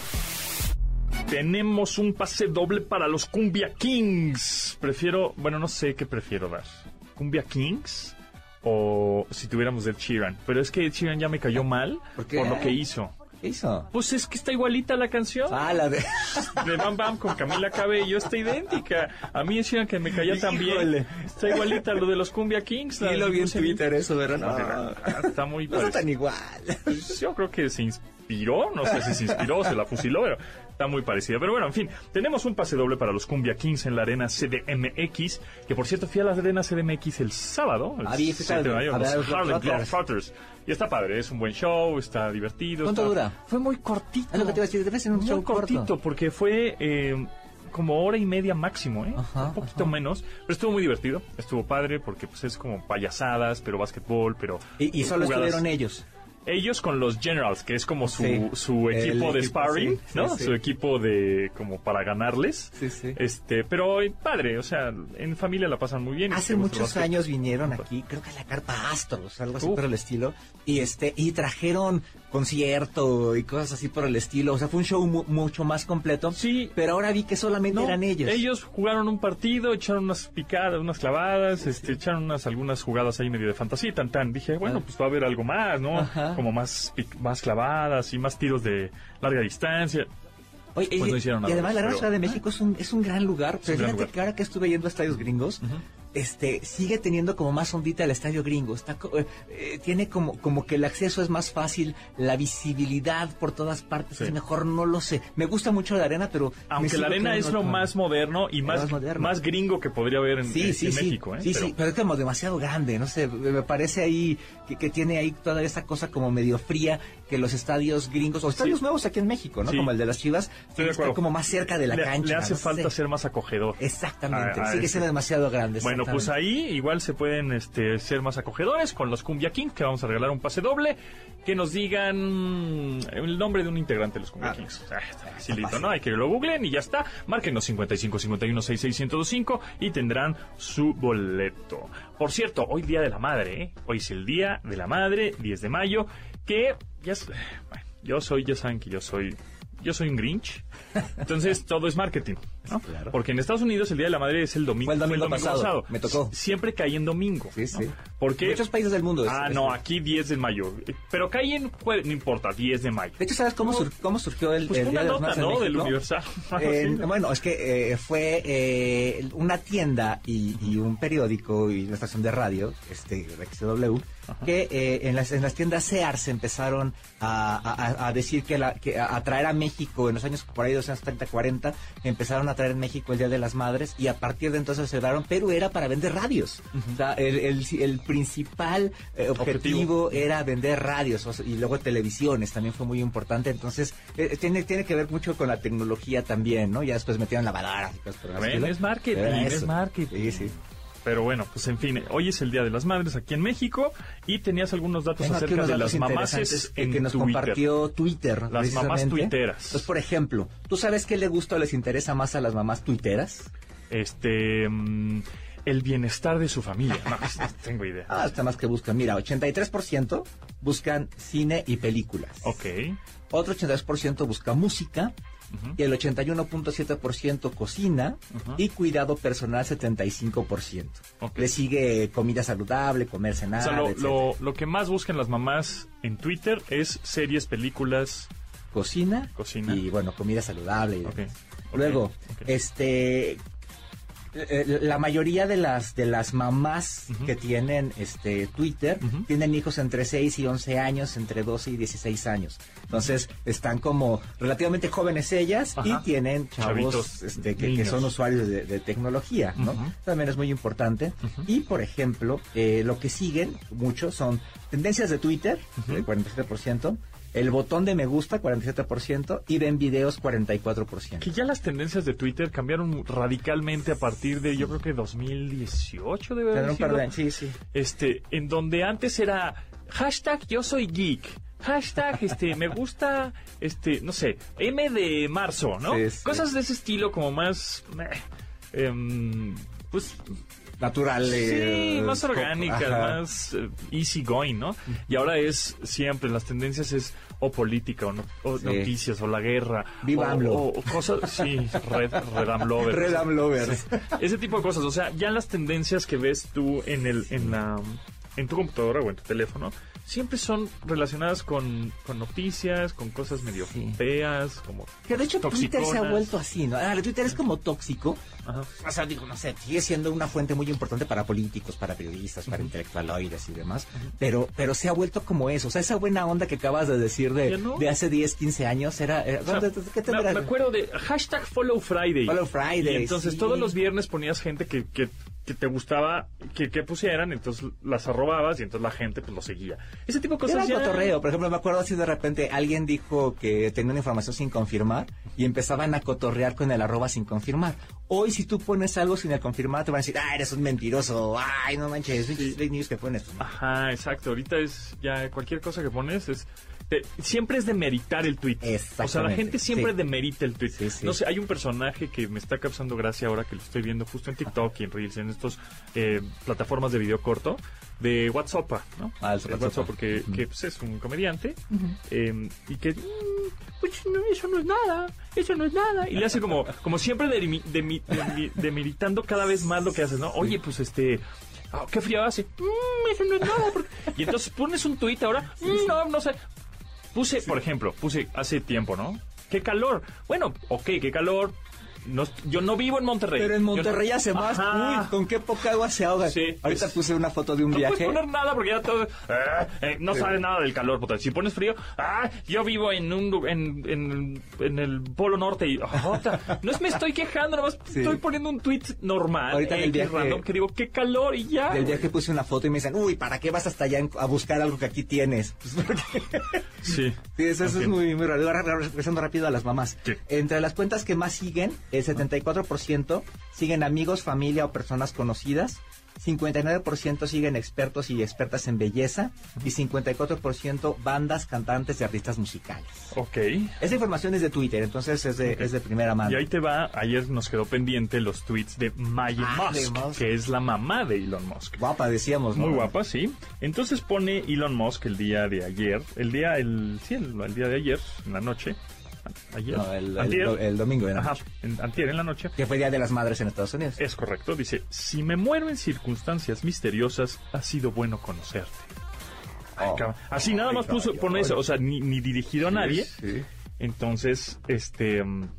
Tenemos un pase doble para los Cumbia Kings. Prefiero, bueno, no sé qué prefiero dar. ¿Cumbia Kings? O si tuviéramos Ed Sheeran. Pero es que Ed Sheeran ya me cayó mal ¿Por, por lo que hizo. ¿Qué hizo? Pues es que está igualita la canción. Ah, la de... de Bam Bam con Camila Cabello. Está idéntica. A mí decían que me caía tan bien. Está igualita lo de los Cumbia Kings. Sí, lo vi en Twitter eso, ¿verdad? No, no, está muy no está tan igual. Pues yo creo que se inspiró. No sé si se inspiró o se la fusiló, pero está muy parecida. Pero bueno, en fin, tenemos un pase doble para los Cumbia Kings en la Arena C D M X, que por cierto fui a la Arena C D M X el sábado, el ah, bien, siete de mayo, los Harlem Globetrotters. Y está padre, es un buen show, está divertido. ¿Cuánto está... dura? Fue muy cortito. Es lo que te iba a decir, debe ser un muy show cortito, corto. Porque fue eh, como hora y media máximo, ¿eh? Ajá, un poquito ajá. menos, pero estuvo muy divertido, estuvo padre porque pues es como payasadas, pero básquetbol, pero... Y, y solo jugadas... estuvieron ellos. Ellos con los Generals, que es como su, sí, su equipo de equipo, sparring, sí, ¿no? Sí, sí. Su equipo de como para ganarles. Sí, sí. Este, pero padre, o sea, en familia la pasan muy bien. Hace muchos años vinieron aquí, creo que a la Carpa Astros, algo así Uf. por el estilo, y este y trajeron concierto y cosas así por el estilo, o sea, fue un show mu mucho más completo. Sí, pero ahora vi que solamente no, eran ellos. Ellos jugaron un partido, echaron unas picadas, unas clavadas, sí, este, sí. echaron unas algunas jugadas ahí medio de fantasía, tan tan. Dije, bueno, ah. pues va a haber algo más, ¿no? Ajá. Como más más clavadas y más tiros de larga distancia. Oye, pues y, no hicieron nada. y además la Gran pero- Ciudad de México es un, es un gran lugar. Pero un gran fíjate lugar. que ahora que estuve yendo a estadios gringos, Ujú. este sigue teniendo como más ondita el estadio gringo. Está co- eh, eh, tiene como, como que el acceso es más fácil, la visibilidad por todas partes Sí. es mejor, no lo sé. Me gusta mucho la arena, pero... me Aunque sigo la arena quedando es lo con- más moderno y más, más moderno. más gringo que podría haber en, Sí, en- sí, en sí. México. ¿eh? Sí, Pero- sí, pero es como demasiado grande, no sé, me parece ahí que, que tiene ahí toda esa cosa como medio fría que los estadios gringos, o estadios Sí. nuevos aquí en México, ¿no? Sí. Como el de las Chivas, Estoy de está acuerdo. como más cerca de la le, cancha. le hace no falta sé. ser más acogedor. Exactamente, a- a sigue ese. siendo demasiado grande. Bueno, pues exactamente. ahí igual se pueden este, ser más acogedores con los Cumbia Kings, que vamos a regalar un pase doble. Que nos digan el nombre de un integrante de los Cumbia Ah. Kings. Ah, está facilito, fácil. ¿no? Hay que lo googleen y ya está. Márquenos cincuenta y cinco cincuenta y uno sesenta y seis ciento veinticinco y tendrán su boleto. Por cierto, hoy Día de la Madre, ¿eh? Hoy es el Día de la Madre, diez de mayo, que ya es... Bueno, yo soy, ya saben que yo soy... Yo soy un Grinch, entonces todo es marketing, ¿no? Claro. Porque en Estados Unidos el Día de la Madre es el domingo. Fue el domingo pasado, me tocó. Siempre cae en domingo. Sí, ¿no? sí. Porque Muchos países del mundo. es- Ah, es- no, aquí diez de mayo. Pero cae en jue- no importa, diez de mayo. De hecho, ¿sabes cómo, sur- cómo surgió el, Pues el fue Día una de las nota, Madres en ¿no? Del México? Universal. Eh, Sí. bueno, es que eh, fue eh, una tienda y, y un periódico y una estación de radio, este, X W, Ajá. que eh, en, las, en las tiendas Sears empezaron a, a- a decir que, la, que a, a traer a México en los años por ahí, los años treinta, cuarenta, empezaron a traer en México el Día de las Madres y a partir de entonces se celebraron, pero era para vender radios. O sea, el, el, el principal eh, objetivo, Objetivo. era vender radios o sea, y luego televisiones, también fue muy importante. Entonces, eh, tiene, tiene que ver mucho con la tecnología también, ¿no? Ya después metieron lavadoras y cosas por el Ven, estilo. es marketing, Pero era es eso. marketing. Sí, sí. Pero bueno, pues en fin, hoy es el Día de las Madres aquí en México y tenías algunos datos Tengo aquí acerca unos de datos las mamases interesantes que, en que nos Twitter. compartió Twitter. Las mamás precisamente. tuiteras. Entonces, por ejemplo, ¿tú sabes qué le gusta o les interesa más a las mamás tuiteras? Este... mm, el bienestar de su familia. No, pues, no tengo idea. Ah, está más que buscan. Mira, ochenta y tres por ciento buscan cine y películas. Ok. Otro ochenta y dos por ciento busca música. Ujú. Y el ochenta y uno punto siete por ciento cocina. Ujú. Y cuidado personal setenta y cinco por ciento. Ok. Le sigue comida saludable, comer, O cenar, sea, lo, etcétera. lo, lo que más buscan las mamás en Twitter es series, películas, Cocina. cocina. Y bueno, comida saludable. y Ok, demás. ok, Luego, ok. este... eh, La mayoría de las de las mamás Ujú. que tienen este Twitter Ujú. tienen hijos entre seis y once años, entre doce y dieciséis años. Entonces, están como relativamente jóvenes ellas Ajá. y tienen chavos Chavitos, este, que, que niños. son usuarios de, de tecnología, ¿no? Ujú. También es muy importante. Ujú. Y, por ejemplo, eh, lo que siguen mucho son tendencias de Twitter, Ujú. el cuarenta y siete por ciento, el botón de me gusta, cuarenta y siete por ciento, y ven videos, cuarenta y cuatro por ciento. Que ya las tendencias de Twitter cambiaron radicalmente a partir de, yo creo que dos mil dieciocho debe haber Tendrá un par sido. de años, sí, sí. Este, en donde antes era hashtag yo soy geek, hashtag este me gusta, este, no sé, M de marzo, ¿no? Sí, sí. Cosas de ese estilo como más, eh, em, pues Naturales. sí, más co- orgánicas, ajá. más eh, easy going, ¿no? Y ahora es siempre, las tendencias es o política o, no- o Sí. noticias o la guerra. Viva o, AMLO. o- o cosas, sí, Red, Red Am Lovers. Red Am Lovers. Ese tipo de cosas, o sea, ya las tendencias que ves tú en el, en la, en tu computadora o en tu teléfono, siempre son relacionadas con, con noticias, con cosas medio Sí. feas, como Que de hecho Twitter se ha toxiconas. vuelto así, ¿no? Ah, Twitter es como tóxico. Ajá. O sea, digo, no sé, sigue siendo una fuente muy importante para políticos, para periodistas, para intelectualoides y demás, pero pero se ha vuelto como eso. O sea, esa buena onda que acabas de decir de, ¿Ya no? de hace diez, quince años era... era- O sea, ¿dónde- ¿Qué me, tendrás? me acuerdo de hashtag Follow Friday. Follow Friday, Y entonces sí. todos los viernes ponías gente que, que, que te gustaba que, que pusieran, entonces las arrobabas y entonces la gente pues lo seguía. Ese tipo de Era cosas ya... cotorreo, por ejemplo, me acuerdo así de repente alguien dijo que tenía una información sin confirmar y empezaban a cotorrear con el arroba sin confirmar. Hoy si tú pones algo sin el confirmar te van a decir, ah, eres un mentiroso, ay, no manches, Sí. fake news que pones. Pues, no. Ajá, exacto. Ahorita es ya cualquier cosa que pones es... te- siempre es demeritar el tweet. Exactamente, O sea, la gente siempre sí. demerita el tweet. Sí, sí. No sé, hay un personaje que me está causando gracia ahora que lo estoy viendo justo en TikTok y en Reels, en estos eh, plataformas de video corto, de WhatsApp, ¿no? Ah, el De WhatsApp. WhatsApp, porque Ujú. que, pues, es un comediante eh, y que... "Mm, pues no, eso no es nada, eso no es nada. Y le hace como, como siempre demi- demi- demi- demeritando cada vez más lo que haces, ¿no? Oye, pues este... ah, qué frío hace. "Mm, eso no es nada. porque-". Y entonces pones un tuit ahora. "Mm, no, no sé. Puse, por ejemplo, puse hace tiempo, ¿no? qué calor. Bueno, ok, qué calor. No, yo no vivo en Monterrey. Pero en Monterrey no, hace más. Ajá. Uy, con qué poca agua se ahoga. Sí, Ahorita pues, puse una foto de un no viaje. No puedes poner nada porque ya todo... Eh, eh, no Sí. sabes nada del calor. Puta. Si pones frío... Ah, yo vivo en un lu- en, en, en el Polo Norte y... Oh, ta, no es me estoy quejando, nomás Sí. estoy poniendo un tweet normal. Ahorita en el X viaje- random, que digo, qué calor y ya. Del viaje puse una foto y me dicen, uy, ¿para qué vas hasta allá en- a buscar algo que aquí tienes? Pues porque... Sí. Sí, eso, eso es muy, muy raro. Ahora, regresando rápido a las mamás. Sí. Entre las cuentas que más siguen, el setenta y cuatro por ciento siguen amigos, familia o personas conocidas. cincuenta y nueve por ciento siguen expertos y expertas en belleza. Y cincuenta y cuatro por ciento bandas, cantantes y artistas musicales. Ok. Esa información es de Twitter, entonces es de, Ok. es de primera mano. Y ahí te va, ayer nos quedó pendiente los tweets de Maya Ah, de Musk, Musk. que es la mamá de Elon Musk. Guapa, decíamos, ¿no? Muy guapa, sí. Entonces pone Elon Musk el día de ayer, el día, el, sí, el, el día de ayer, en la noche. Ayer. No, el, el, Antier. el domingo de la Ajá, noche. en, antier en la noche. Que fue Día de las Madres en Estados Unidos. Es correcto, dice, si me muero en circunstancias misteriosas, ha sido bueno conocerte. Ay, Oh. cabrón. Así nada Ay, más puso, cabrón. pone eso, o sea, ni, ni dirigido a nadie. Sí. Entonces, este, mm,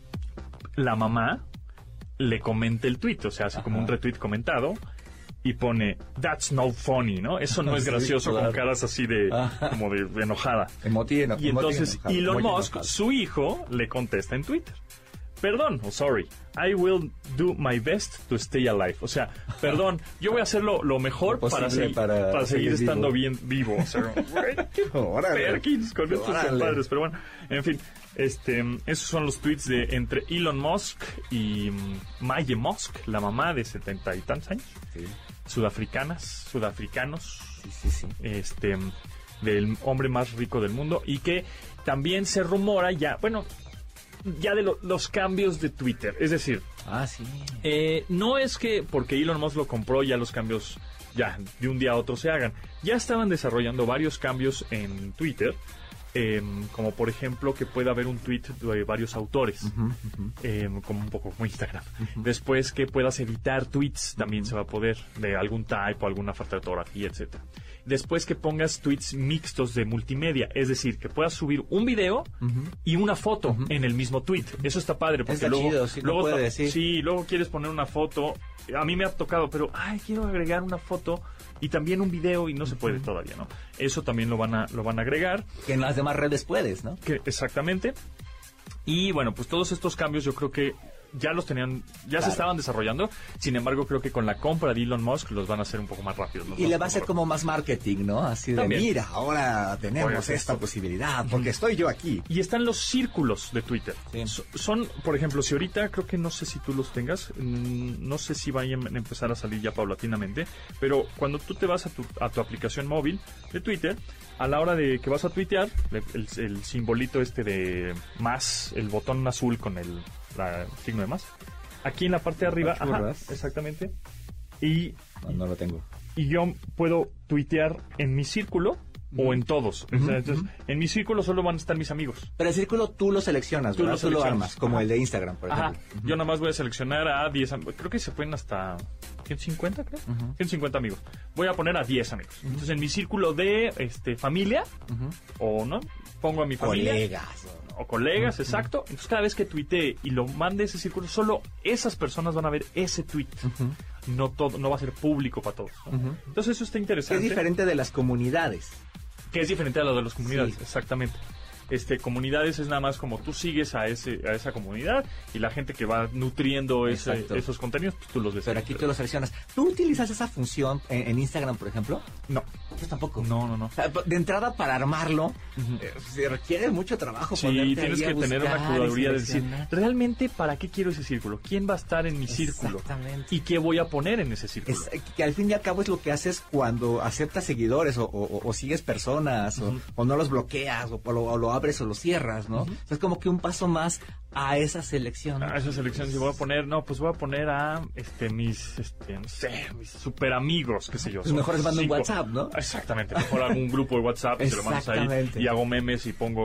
la mamá le comenta el tweet, o sea, hace como Ajá. un retweet comentado y pone, that's no funny, ¿no? Eso no es Sí, gracioso, claro. con caras así de, Ajá. como de, de enojada. Emoti, eno- Y emoti entonces enojado, Elon emoji Musk, enojado. su hijo, le contesta en Twitter. Perdón, o sorry, I will do my best to stay alive. O sea, perdón, yo voy a hacer lo, lo mejor Lo posible para, segui- para para seguir seguir estando vivo. bien vivo. O sea, güey, qué Órale. Perkins con estos Órale. compadres. Pero bueno, en fin, este, esos son los tweets de entre Elon Musk y mm, Maya Musk, la mamá de setenta y tantos años, Sí, sudafricanas, sudafricanos, sí, sí, sí. este, del hombre más rico del mundo y que también se rumora ya, bueno, ya de lo- los cambios de Twitter. Es decir, Ah, sí. eh, no es que porque Elon Musk lo compró ya los cambios ya de un día a otro se hagan. Ya estaban desarrollando varios cambios en Twitter, eh, como por ejemplo que pueda haber un tweet de varios autores, Ujú, ujú. eh, como un poco como Instagram. Después que puedas editar tweets, también se va a poder, de algún typo, alguna falta de ortografía, etcétera. Después que pongas tweets mixtos de multimedia, es decir, que puedas subir un video Ujú. y una foto en el mismo tweet. Eso está padre porque Está luego, chido, sí, lo luego puedes, sí. sí, luego quieres poner una foto. A mí me ha tocado, pero ay, quiero agregar una foto y también un video y no se puede todavía, ¿no? Eso también lo van a lo van a agregar. Que en las demás redes puedes, ¿no? Que, exactamente. Y bueno, pues todos estos cambios yo creo que ya los tenían, ya Claro. se estaban desarrollando. Sin embargo, creo que con la compra de Elon Musk los van a hacer un poco más rápidos. los Y van le va a hacer hacer como más marketing, ¿no? Así de, También. mira, ahora tenemos Oye, esta esto- posibilidad, porque estoy yo aquí. Y están los círculos de Twitter. Sí. So- Son, por ejemplo, si ahorita creo que no sé si tú los tengas, mm, no sé si vayan a empezar a salir ya paulatinamente, pero cuando tú te vas a tu, a tu aplicación móvil de Twitter, a la hora de que vas a tuitear, el, el- el simbolito este de más, el botón azul con el la- signo de más, aquí en la parte de arriba, ajá, Churras. exactamente, y No, no lo tengo. y yo puedo tuitear en mi círculo o en todos. O sea, entonces, en mi círculo solo van a estar mis amigos. Pero el círculo tú lo seleccionas, Tú ¿verdad? lo Tú lo seleccionas. armas, como Ajá. el de Instagram, por Ajá. ejemplo. Yo nada más voy a seleccionar a diez am- creo que se pueden hasta ciento cincuenta, creo. Ujú. ciento cincuenta amigos. Voy a poner a diez amigos. Entonces en mi círculo de este familia Ujú. o no, pongo a mi familia Colegas. o colegas, exacto. Entonces cada vez que tuitee y lo mande a ese círculo, solo esas personas van a ver ese tweet. Ujú. No todo, no va a ser público para todos. ¿no? Ujú. Entonces eso está Que interesante. es diferente de las comunidades. Que es diferente a lo de las comunidades, Sí. exactamente. Este, comunidades es nada más como tú sigues a ese a esa comunidad y la gente que va nutriendo ese- Exacto. esos contenidos, pues tú los ves. Pero aquí tú lo seleccionas. ¿Tú utilizas esa función en, en Instagram, por ejemplo? No, Yo tampoco. no, no, no. O sea, de entrada, para armarlo, eh, se requiere mucho trabajo. Sí, ponerte tienes ahí a que tener una buscar y curaduría de decir, seleccionar. ¿realmente para qué quiero ese círculo? ¿Quién va a estar en mi círculo? Exactamente. ¿Y qué voy a poner en ese círculo? Es, que al fin y al cabo es lo que haces cuando aceptas seguidores o, o- o sigues personas o, o no los bloqueas o, o lo, o lo abres o lo cierras, ¿no? O sea, es como que un paso más a esa selección. A esas elecciones yo voy a poner, no, pues voy a poner a este mis, este, no sé, mis super amigos, qué sé yo. Pues son mejor les mando un cinco. WhatsApp, ¿no? Exactamente, mejor hago un grupo de WhatsApp y se lo mandas ahí Exactamente. y hago memes y pongo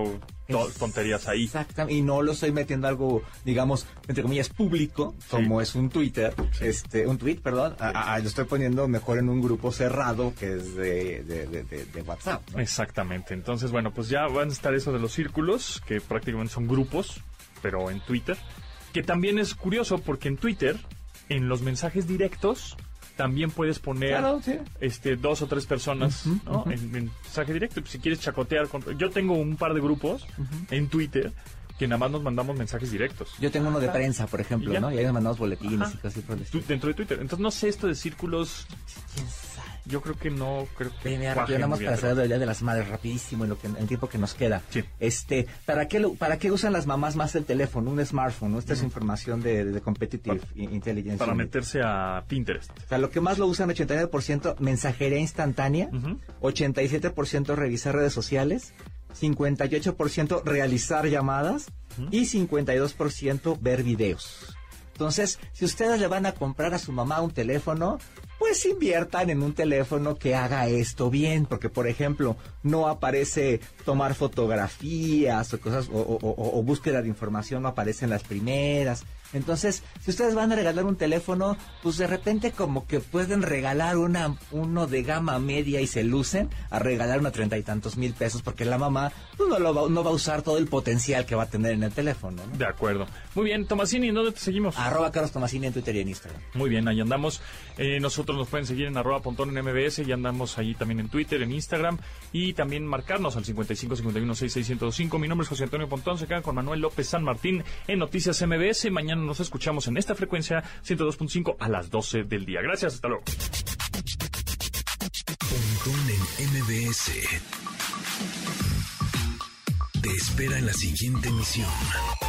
to- tonterías ahí. Exactamente, y no lo estoy metiendo algo, digamos, entre comillas, público, como Sí. es un Twitter, Sí. este, un tweet, perdón, a, a- lo estoy poniendo mejor en un grupo cerrado que es de, de, de, de- de WhatsApp, ¿no? Exactamente. Entonces, bueno, pues ya van a estar eso de los círculos, que prácticamente son grupos, pero en Twitter. Que también es curioso porque en Twitter, en los mensajes directos, también puedes poner Claro, sí. este dos o tres personas, Ujú, ¿no? ujú. En, en mensaje directo. Si quieres chacotear con... Yo tengo un par de grupos en Twitter que nada más nos mandamos mensajes directos. Yo tengo uno de prensa, por ejemplo, ¿Y ya? ¿no? Y ahí nos mandamos boletines Ajá. y cosas así por el Tu- estilo. dentro de Twitter. Entonces, no sé esto de círculos... ¿Quién sabe? Yo creo que no... Creo que Oye, mira, cuaje rápido, nada más muy para bien. saber del Día de las Madres, rapidísimo, en, lo que, en el tiempo que nos queda. Sí. Este, ¿para qué, lo- ¿Para qué usan las mamás más el teléfono, un smartphone? ¿No? Esta es información de, de Competitive Intelligence. Para Unit. meterse a Pinterest. O sea, lo que más lo usan, ochenta y nueve por ciento mensajería instantánea, Ujú. ochenta y siete por ciento revisar redes sociales, cincuenta y ocho por ciento realizar llamadas y cincuenta y dos por ciento ver videos. Entonces, si ustedes le van a comprar a su mamá un teléfono, pues inviertan en un teléfono que haga esto bien, porque por ejemplo, no aparece tomar fotografías o cosas, o, o- o- o búsqueda de información, no aparecen las primeras. Entonces, si ustedes van a regalar un teléfono, pues de repente como que pueden regalar una uno de gama media y se lucen a regalar unos treinta y tantos mil pesos, porque la mamá pues, no, lo va, no va a usar todo el potencial que va a tener en el teléfono, ¿no? De acuerdo. Muy bien, Tomasini, ¿en dónde te seguimos? Arroba Carlos Tomasini en Twitter y en Instagram. Muy bien, ahí andamos. Eh, nosotros nos pueden seguir en arroba pontón en M B S y andamos ahí también en Twitter, en Instagram y también marcarnos al cincuenta y cinco cincuenta y uno sesenta y seis ciento cinco. Mi nombre es José Antonio Pontón. Se quedan con Manuel López San Martín en Noticias M B S. Mañana nos escuchamos en esta frecuencia ciento dos punto cinco a las doce del día. Gracias, hasta luego. Pontón en M B S. Te espera en la siguiente emisión.